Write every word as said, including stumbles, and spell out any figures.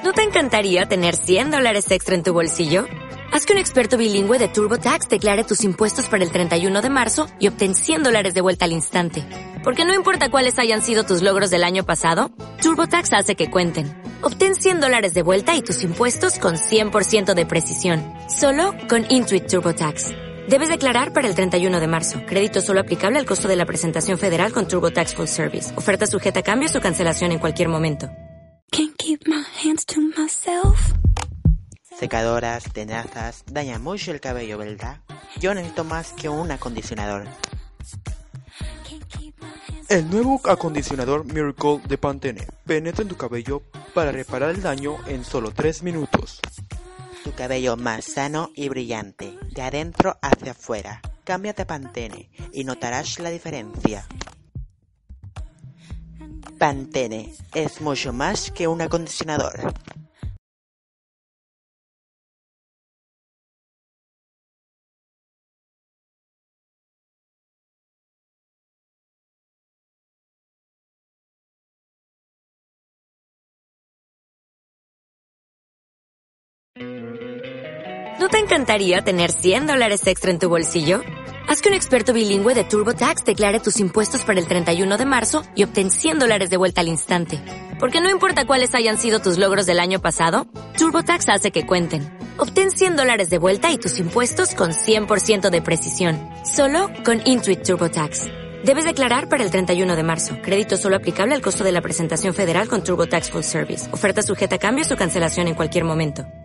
¿No te encantaría tener cien dólares extra en tu bolsillo? Haz que un experto bilingüe de TurboTax declare tus impuestos para el treinta y uno de marzo y obtén cien dólares de vuelta al instante. Porque no importa cuáles hayan sido tus logros del año pasado, TurboTax hace que cuenten. Obtén cien dólares de vuelta y tus impuestos con cien por ciento de precisión. Solo con Intuit TurboTax. Debes declarar para el treinta y uno de marzo. Crédito solo aplicable al costo de la presentación federal con TurboTax Full Service. Oferta sujeta a cambios o cancelación en cualquier momento. Can't keep my hands to myself. Secadoras, tenazas, daña mucho el cabello, ¿verdad? Yo necesito más que un acondicionador. El nuevo acondicionador Miracle de Pantene penetra en tu cabello para reparar el daño en solo tres minutos. Tu cabello más sano y brillante, de adentro hacia afuera. Cámbiate a Pantene y notarás la diferencia. Pantene es mucho más que un acondicionador. ¿No te encantaría tener cien dólares extra en tu bolsillo? Haz que un experto bilingüe de TurboTax declare tus impuestos para el treinta y uno de marzo y obtén cien dólares de vuelta al instante. Porque no importa cuáles hayan sido tus logros del año pasado, TurboTax hace que cuenten. Obtén cien dólares de vuelta y tus impuestos con cien por ciento de precisión. Solo con Intuit TurboTax. Debes declarar para el treinta y uno de marzo. Crédito solo aplicable al costo de la presentación federal con TurboTax Full Service. Oferta sujeta a cambios o cancelación en cualquier momento.